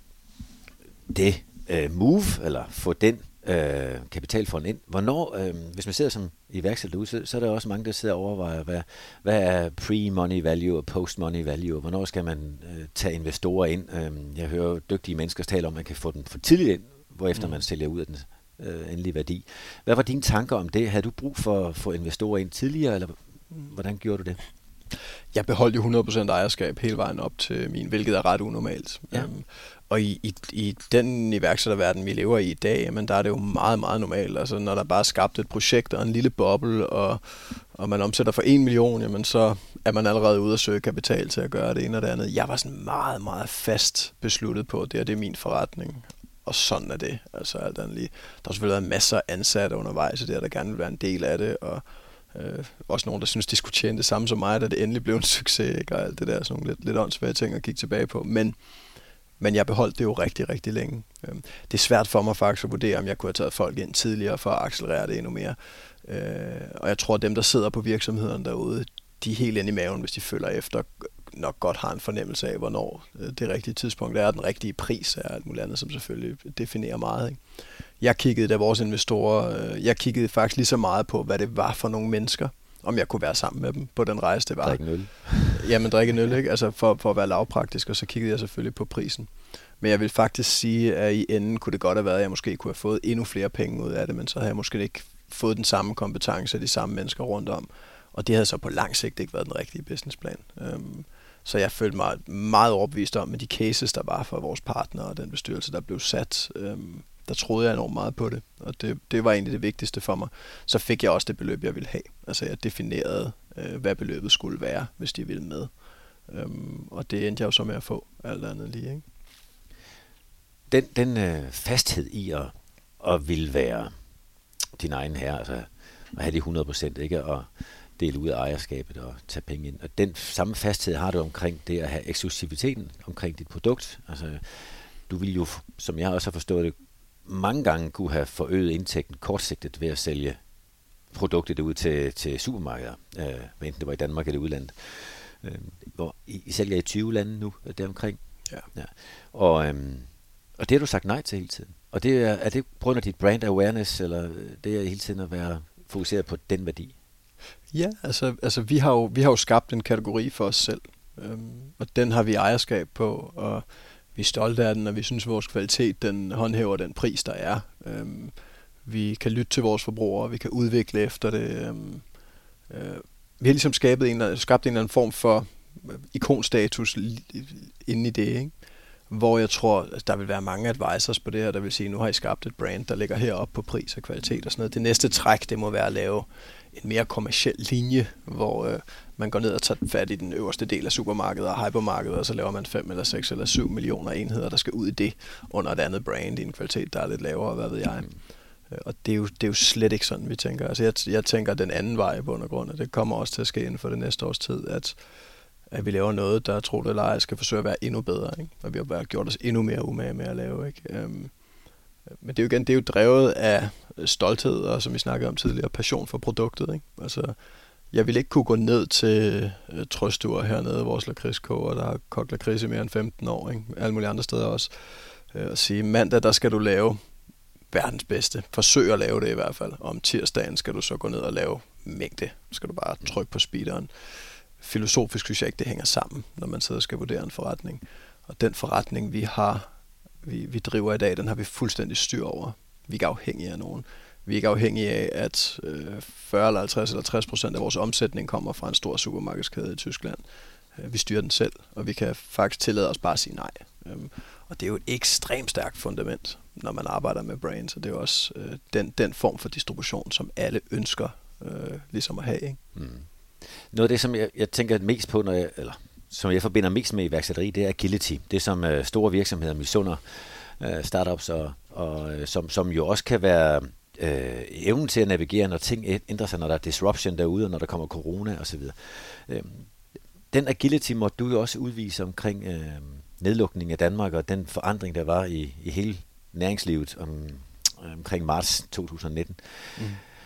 det øh, move, eller få den Øh, kapitalfond ind. Hvornår, øh, hvis man sidder som iværksætter derude, så, så er der også mange, der sidder og overvejer, hvad, hvad er pre-money value og post-money value, og hvornår skal man øh, tage investorer ind. Øh, jeg hører dygtige mennesker tale om, at man kan få dem for tidligt ind, hvorefter mm. man sælger ud af den øh, endelige værdi. Hvad var dine tanker om det? Havde du brug for at få investorer ind tidligere, eller hvordan gjorde du det? Jeg beholdt jo hundrede procent ejerskab hele vejen op til min, hvilket er ret unormalt. Ja. Um, og i, i, i den iværksætterverden, vi lever i i dag, men der er det jo meget, meget normalt. Altså, når der bare er skabt et projekt og en lille boble, og, og man omsætter for en million, jamen, så er man allerede ude at søge kapital til at gøre det ene og det andet. Jeg var sådan meget, meget fast besluttet på, at det, det er min forretning. Og sådan er det. Altså, alt andet lige. Der har selvfølgelig været masser af ansatte undervejs, og det er der gerne vil være en del af det, og Øh, også nogen, der synes, de skulle tjene det samme som mig, da det endelig blev en succes, ikke? Og alt det der, sådan nogle lidt, lidt åndssvage ting at kigge tilbage på. Men, men jeg beholdt det jo rigtig, rigtig længe. Øh, det er svært for mig faktisk at vurdere, om jeg kunne have taget folk ind tidligere for at accelerere det endnu mere. Øh, og jeg tror, at dem, der sidder på virksomheden derude, de er helt inde i maven, hvis de følger efter, nok godt har en fornemmelse af, hvornår det rigtige tidspunkt er, den rigtige pris er, alt muligt andet, som selvfølgelig definerer meget, ikke? Jeg kiggede, da vores investorer, jeg kiggede faktisk lige så meget på, hvad det var for nogle mennesker, om jeg kunne være sammen med dem på den rejse, det var. Drikke en øl. Jamen, drikke en øl, ikke? Altså for, for at være lavpraktisk, og så kiggede jeg selvfølgelig på prisen. Men jeg vil faktisk sige, at i enden kunne det godt have været, at jeg måske kunne have fået endnu flere penge ud af det, men så havde jeg måske ikke fået den samme kompetence af de samme mennesker rundt om. Og det havde så på lang sigt ikke været den rigtige businessplan. Um, så jeg følte mig meget overbevist om, med de cases, der var for vores partnere og den bestyrelse, der blev sat, um, der troede jeg enormt meget på det. Og det, det var egentlig det vigtigste for mig. Så fik jeg også det beløb, jeg ville have. Altså jeg definerede, uh, hvad beløbet skulle være, hvis de ville med. Um, og det endte jeg jo så med at få, alt andet lige, ikke? Den, den øh, fasthed i at, at ville være din egen herre, altså at have de hundrede procent, ikke, og dele ud af ejerskabet og tage penge ind. Og den samme fasthed har du omkring det at have eksklusiviteten omkring dit produkt. Altså, du vil jo, som jeg også har forstået det, mange gange kunne have forøget indtægten kortsigtet ved at sælge produktet ud til, til supermarkeder, øh, hvad enten det var i Danmark eller udlandet. Øh, hvor I, I sælger i tyve lande nu, deromkring. Ja. Ja. Og, øhm, og det har du sagt nej til hele tiden. Og det er, er det på grund af dit brand awareness, eller det er hele tiden at være fokuseret på den værdi? Ja, altså, altså vi, har jo, vi har jo skabt en kategori for os selv, øhm, og den har vi ejerskab på, og vi er stolte af den, og vi synes, at vores kvalitet den håndhæver den pris, der er. Øhm, vi kan lytte til vores forbrugere, vi kan udvikle efter det. Øhm, øh, vi har ligesom skabt en, skabt en eller anden form for ikonstatus inde i det, ikke? Hvor jeg tror, at der vil være mange advisors på det her, der vil sige, nu har I skabt et brand, der ligger heroppe på pris og kvalitet og sådan noget. Det næste træk, det må være at lave en mere kommerciel linje, hvor øh, man går ned og tager fat i den øverste del af supermarkedet og hypermarkedet, og så laver man fem eller seks eller syv millioner enheder, der skal ud i det under et andet brand i en kvalitet, der er lidt lavere, hvad ved jeg. Og det er jo, det er jo slet ikke sådan, vi tænker. Altså jeg, jeg tænker den anden vej på undergrund, og det kommer også til at ske inden for det næste års tid, at at vi laver noget, der tror det eller ej, skal forsøge at være endnu bedre, ikke? Og vi har bare gjort os endnu mere umage med at lave, ikke? Um, men det er jo igen, det er jo drevet af stolthed, og som vi snakkede om tidligere, passion for produktet, ikke? Altså, jeg ville ikke kunne gå ned til uh, Trøstur hernede, vores lakridskoger, der har kogt lakrids i mere end femten år, ikke? Alle mulige andre steder også, uh, og sige, mandag, der skal du lave verdens bedste. Forsøg at lave det i hvert fald. Og om tirsdagen skal du så gå ned og lave mængde. Så skal du bare trykke på speederen. Filosofisk synes jeg ikke, det hænger sammen, når man sidder og skal vurdere en forretning. Og den forretning, vi har, vi, vi driver i dag, den har vi fuldstændig styr over. Vi er ikke afhængige af nogen. Vi er ikke afhængige af, at øh, fyrre eller halvtreds eller tres procent af vores omsætning kommer fra en stor supermarkedskæde i Tyskland. Øh, vi styrer den selv, og vi kan faktisk tillade os bare at sige nej. Øhm, og det er jo et ekstremt stærkt fundament, når man arbejder med brands, og det er jo også øh, den, den form for distribution, som alle ønsker øh, ligesom at have, ikke? Mm. Noget af det, som jeg, jeg tænker mest på, når jeg, eller som jeg forbinder mest med iværksætteri, det er agility. Det, som øh, store virksomheder misunder, øh, startups, og, og øh, som, som jo også kan være øh, evnen til at navigere, når ting ændrer sig, når der er disruption derude, og når der kommer corona osv. Øh, den agility måtte du jo også udvise omkring øh, nedlukningen af Danmark, og den forandring, der var i, i hele næringslivet om, omkring marts to tusind nitten. Mm.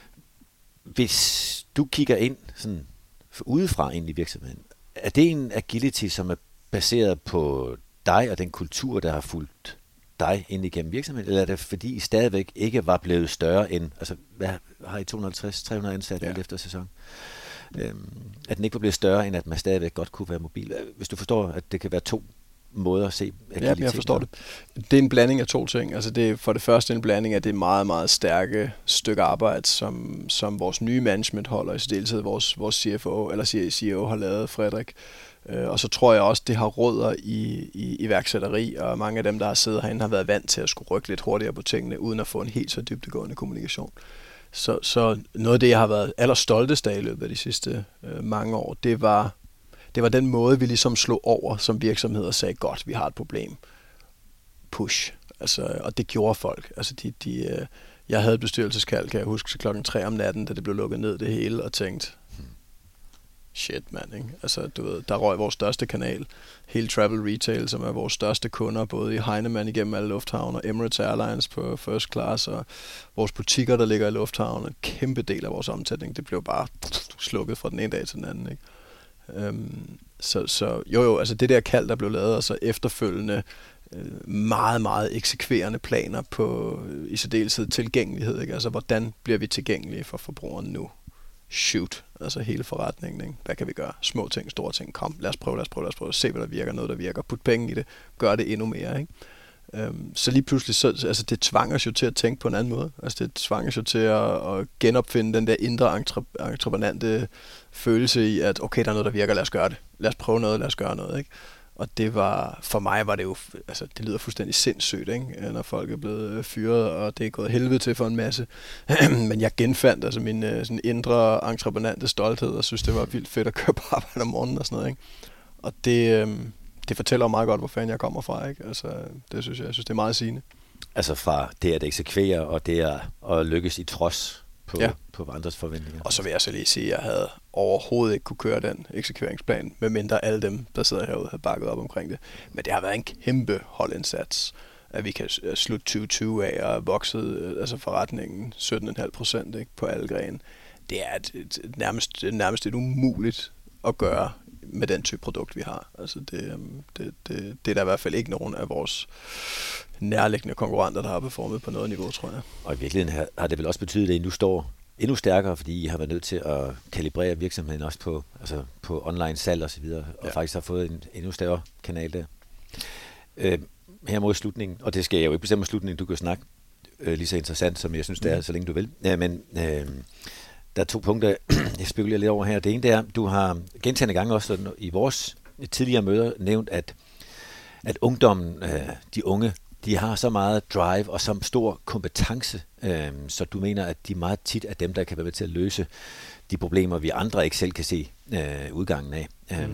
Hvis du kigger ind sådan udefra ind i virksomheden, er det en agility, som er baseret på dig og den kultur, der har fulgt dig ind igennem virksomheden, eller er det fordi I stadigvæk ikke var blevet større end, altså hvad har I to hundrede og halvtreds til tre hundrede ansatte ja. efter sæson? Øhm, at den ikke var blevet større, end at man stadigvæk godt kunne være mobil. Hvis du forstår, at det kan være to måder at se agilitet. Ja, jeg forstår det. Det er en blanding af to ting. Altså det er for det første en blanding af det meget, meget stærke stykke arbejde, som, som vores nye management holder, i særdeleshed vores, vores C F O, eller C E O har lavet, Frederik. Uh, og så tror jeg også, det har rødder i, i iværksætteri, og mange af dem, der har siddet herinde, har været vant til at skulle rykke lidt hurtigere på tingene, uden at få en helt så dybdegående kommunikation. Så, så noget af det, jeg har været allerstoltest af i løbet af de sidste uh, mange år, det var Det var den måde, vi ligesom slog over som virksomhed og sagde, godt, vi har et problem. Push. Altså, og det gjorde folk. Altså, de, de, jeg havde et bestyrelseskald, kan jeg huske, til klokken tre om natten, da det blev lukket ned det hele, og tænkte, shit, mand, ikke? Altså, du ved, der røg vores største kanal. Hele Travel Retail, som er vores største kunder, både i Heinemann igennem alle lufthavne, og Emirates Airlines på first class, og vores butikker, der ligger i lufthavne. En kæmpe del af vores omsætning, det blev bare slukket fra den ene dag til den anden, ikke? Um, så, så jo jo, altså det der kald, der blev lavet, og så efterfølgende øh, meget, meget eksekverende planer på i særdeleshed tilgængelighed, ikke? Altså hvordan bliver vi tilgængelige for forbrugeren nu? shoot, altså hele forretningen. Ikke? Hvad kan vi gøre? Små ting, store ting. Kom, lad os prøve, lad os prøve, lad os prøve. Se, hvad der virker, noget der virker. Put penge i det. Gør det endnu mere. Ikke? Øhm, så lige pludselig, så, altså det tvang os jo til at tænke på en anden måde. Altså det tvang os jo til at, at genopfinde den der indre entre, entreprenante følelse i, at okay, der er noget, der virker, lad os gøre det. Lad os prøve noget, lad os gøre noget. Ikke? Og det var, for mig var det jo, altså det lyder fuldstændig sindssygt, ikke? Når folk er blevet fyret, og det er gået helvede til for en masse. Men jeg genfandt altså min sådan indre entreprenante stolthed, og synes, det var vildt fedt at køre på arbejde om morgenen og sådan noget, ikke? Og det, øhm, det fortæller meget godt, hvor fanden jeg kommer fra, ikke? Altså, det synes jeg, jeg synes, det er meget sigende. Altså fra det at eksekvere, og det at, at lykkes i trods på, ja. på andres forventninger. Og så vil jeg så lige sige, at jeg havde overhovedet ikke kunne køre den eksekveringsplan, medmindre alle dem, der sidder herude, havde bakket op omkring det. Men det har været en kæmpe holdindsats, at vi kan slutte tyve tyve af og vokset altså forretningen sytten komma fem procent på alle grene. Det er et, et, et nærmest, nærmest et umuligt at gøre med den type produkt, vi har. Altså det, det, det, det er der i hvert fald ikke nogen af vores nærliggende konkurrenter, der har performet på noget niveau, tror jeg. Og i virkeligheden har, har det vel også betydet, at I nu står endnu stærkere, fordi I har været nødt til at kalibrere virksomheden også på, altså på online salg og så videre, og ja. faktisk har fået en endnu større kanal der. Øh, her mod slutningen, og det skal jeg jo ikke bestemme slutningen, du kan snakke øh, lige så interessant, som jeg synes, det er, mm. så længe du vil. Ja, men øh, der er to punkter, jeg spekulerer lidt over her. Det ene det er, du har gentagne gange også i vores tidligere møder nævnt, at, at ungdommen, øh, de unge, de har så meget drive og så stor kompetence, øh, så du mener, at de meget tit er dem, der kan være med til at løse de problemer, vi andre ikke selv kan se øh, udgangen af. Mm. Øh,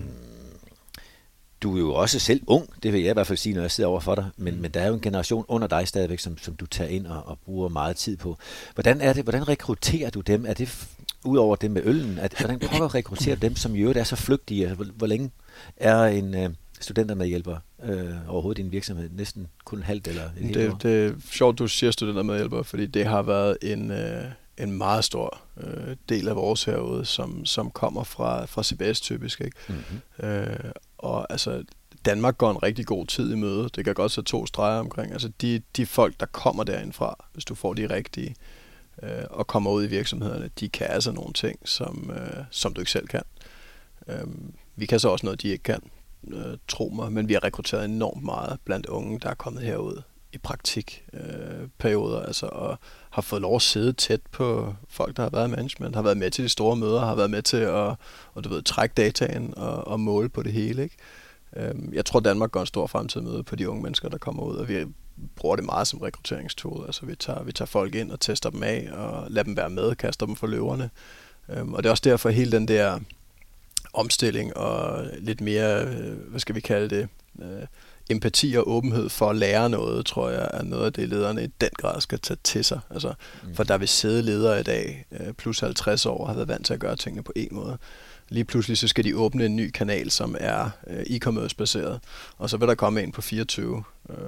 du er jo også selv ung, det vil jeg i hvert fald sige, når jeg sidder over for dig, men, mm. men der er jo en generation under dig stadigvæk, som, som du tager ind og, og bruger meget tid på. Hvordan er det? Hvordan rekrutterer du dem? Er det f- ud over det med øllen? At, hvordan prøver at rekruttere dem, som i øvrigt er så flygtige? Hvor, hvor længe er en øh, studentermedhjælper øh, overhovedet i en virksomhed? Næsten kun halvt eller et helt år? Det, det er sjovt, du siger studentermedhjælper, fordi det har været en... Øh en meget stor øh, del af vores herude, som, som kommer fra, fra C B S typisk, ikke? Mm-hmm. Øh, og altså, Danmark går en rigtig god tid i møde. Det kan godt sætte to streger omkring. Altså, de, de folk, der kommer derindfra, hvis du får de rigtige, øh, og kommer ud i virksomhederne, de kan altså nogle ting, som, øh, som du ikke selv kan. Øh, vi kan så også noget, de ikke kan, øh, tro mig, men vi har rekrutteret enormt meget blandt unge, der er kommet herud i praktikperioder, øh, altså, og har fået lov at sidde tæt på folk, der har været i management, har været med til de store møder, har været med til at og, du ved, trække dataen og, og måle på det hele. Ikke? Øhm, jeg tror, Danmark går en stor fremtid møde på de unge mennesker, der kommer ud, og vi bruger det meget som rekrutteringstool. Altså, vi tager, vi tager folk ind og tester dem af, og lader dem være med, kaster dem for løverne. Øhm, og det er også derfor hele den der omstilling og lidt mere, hvad skal vi kalde det, øh, empati og åbenhed for at lære noget, tror jeg, er noget af det, lederne i den grad skal tage til sig. Altså, mm. For der vil sidde ledere i dag, plus halvtreds år, har været vant til at gøre tingene på en måde. Lige pludselig så skal de åbne en ny kanal, som er e-commerce baseret, og så vil der komme en på fireogtyve,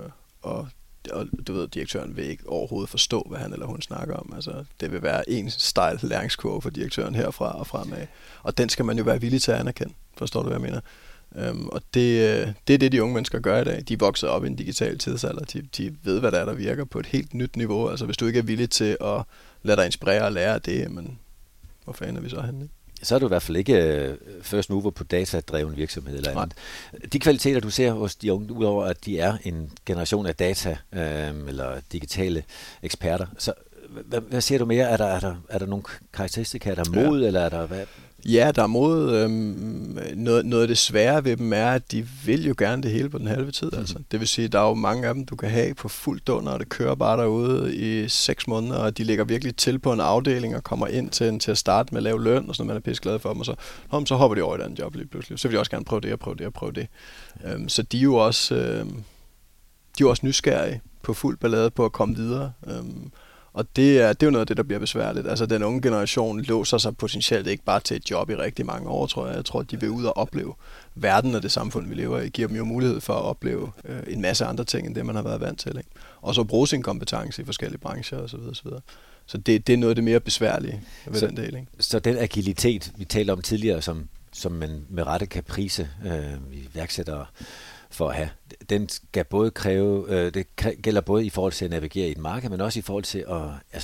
og, og du ved, direktøren vil ikke overhovedet forstå, hvad han eller hun snakker om. Altså, det vil være en stejl læringskurve for direktøren herfra og fremad, og den skal man jo være villig til at anerkende. Forstår du, hvad jeg mener? Um, og det, det er det, de unge mennesker gør i dag. De er vokset op i en digital tidsalder. De, de ved, hvad der er, der virker på et helt nyt niveau. Altså, hvis du ikke er villig til at lade dig inspirere og lære det, men hvor fanden er vi så henne? Så er du i hvert fald ikke uh, first mover på datadreven virksomhed eller andet. De kvaliteter, du ser hos de unge, udover at de er en generation af data uh, eller digitale eksperter, så hvad, hvad ser du mere? Er der, er der, er der nogle karakteristika? Er der mod, ja. eller er der hvad? Ja, der er mod. Øhm, noget, noget af det svære ved dem er, at de vil jo gerne det hele på den halve tid. Mm-hmm. Altså. Det vil sige, at der er jo mange af dem, du kan have på fuld dunder, og det kører bare derude i seks måneder, og de ligger virkelig til på en afdeling og kommer ind til, til at starte med at lave løn, og sådan, man er pisse glad for dem, og så, om, så hopper de over i et andet job lige pludselig. Så vil de også gerne prøve det og prøve det og prøve det. Ja. Øhm, så de er jo også, øhm, de er jo også nysgerrige på fuld ballade på at komme videre. Øhm, Og det er, det er jo noget af det, der bliver besværligt. Altså, den unge generation låser sig potentielt ikke bare til et job i rigtig mange år, tror jeg. Jeg tror, at de vil ud og opleve verden og det samfund, vi lever i. Giver dem jo mulighed for at opleve øh, en masse andre ting, end det, man har været vant til. Ikke? Og så bruge sin kompetence i forskellige brancher osv. osv. Så det, det er noget af det mere besværlige ved så, den del. Ikke? Så den agilitet, vi talte om tidligere, som, som man med rette kan prise øh, iværksættere for at have, den skal både kræve, øh, det gælder både i forhold til at navigere i et marked, men også i forhold til at, altså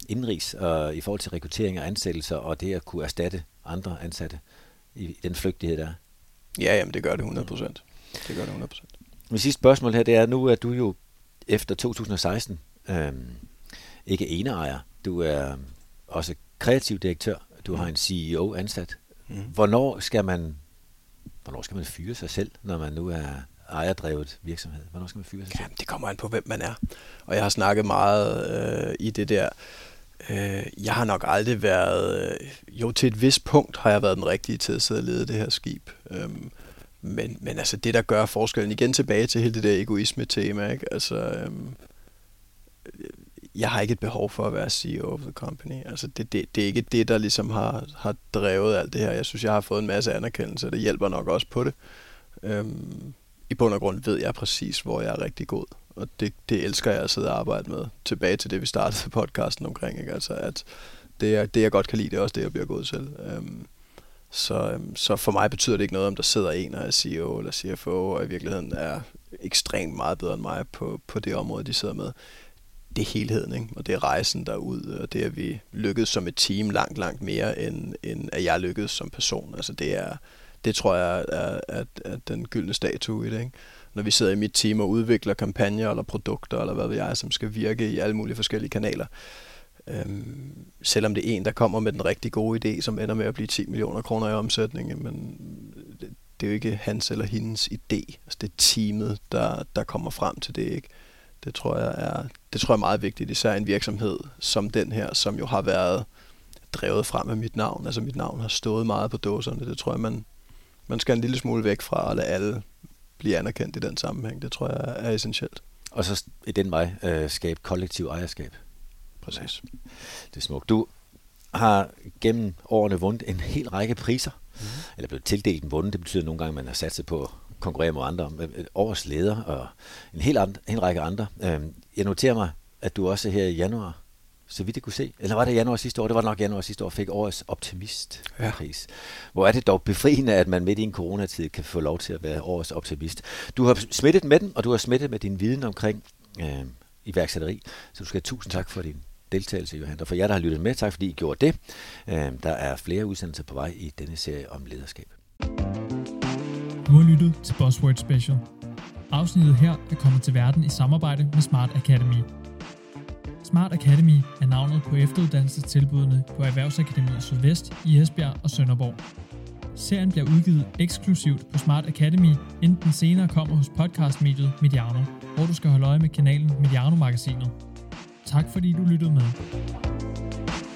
indrigs og i forhold til rekruttering og ansættelser, og det at kunne erstatte andre ansatte i den flygtighed, der er? Ja, jamen det gør det hundrede procent. Det gør det hundrede procent. Mit sidste spørgsmål her, det er, nu er du jo efter to tusind og seksten øhm, ikke eneejer. Du er også kreativ direktør. Du har en C E O ansat. Mm. Hvornår skal man hvornår skal man fyre sig selv, når man nu er ejerdrevet virksomhed? Hvornår skal man fyre sig selv? Jamen, det kommer an på, hvem man er. Og jeg har snakket meget øh, i det der. Øh, jeg har nok aldrig været... Øh, jo, til et vist punkt har jeg været den rigtige til at sidde og lede det her skib. Øhm, men, men altså det, der gør forskellen, igen tilbage til hele det der egoisme-tema, ikke? Altså... Øhm, jeg har ikke et behov for at være C E O of the company. Altså det, det, det er ikke det, der ligesom har, har drevet alt det her. Jeg synes, jeg har fået en masse anerkendelse, og det hjælper nok også på det. Øhm, I bund og grund ved jeg præcis, hvor jeg er rigtig god. Og det, det elsker jeg at sidde og arbejde med. Tilbage til det, vi startede podcasten omkring. Ikke? Altså at det, er, det, jeg godt kan lide, det er også det, jeg bliver god til. Øhm, så, øhm, så for mig betyder det ikke noget, om der sidder en og er C E O eller C F O, og i virkeligheden er ekstremt meget bedre end mig på, på det område, de sidder med. Det er helheden, ikke? Og det er rejsen derud, og det er, at vi lykkedes som et team langt, langt mere, end, end at jeg lykkedes som person. Altså det er, det tror jeg er, er, er den gyldne statue i det, ikke? Når vi sidder i mit team og udvikler kampagner eller produkter, eller hvad ved jeg, som skal virke i alle mulige forskellige kanaler. Øhm, selvom det er en, der kommer med den rigtig gode idé, som ender med at blive ti millioner kroner i omsætning, men det, det er jo ikke hans eller hendes idé. Altså det er teamet, der, der kommer frem til det, ikke? Det tror jeg er, det tror jeg er meget vigtigt, især en virksomhed som den her, som jo har været drevet frem af mit navn. Altså mit navn har stået meget på dåserne. Det tror jeg, man, man skal en lille smule væk fra at lade alle blive anerkendt i den sammenhæng. Det tror jeg er essentielt. Og så i den vej øh, skabe kollektiv ejerskab. Præcis. Det er smukt. Du har gennem årene vundet en hel række priser, mm. eller blevet tildelt en vundet. Det betyder nogle gange, at man har sat sig på konkurrere med andre, årets leder og en hel, and, en række andre. Jeg noterer mig, at du også her i januar, så vidt jeg kunne se, eller var det januar sidste år? Det var nok januar sidste år, fik årets optimistpris. Ja. Hvor er det dog befriende, at man midt i en coronatid kan få lov til at være årets optimist. Du har smittet med den, og du har smittet med din viden omkring øh, iværksætteri, så du skal have tusind tak for din deltagelse, Johan. Og for jer, der har lyttet med, tak fordi I gjorde det. Øh, der er flere udsendelser på vej i denne serie om lederskab. Du har lyttet til Buzzword Special. Afsnittet her er kommet til verden i samarbejde med Smart Academy. Smart Academy er navnet på efteruddannelsestilbudene på Erhvervsakademiet Sydvest i Esbjerg og Sønderborg. Serien bliver udgivet eksklusivt på Smart Academy, inden den senere kommer hos podcastmediet Mediano, hvor du skal holde øje med kanalen Mediano Magasinet. Tak fordi du lyttede med.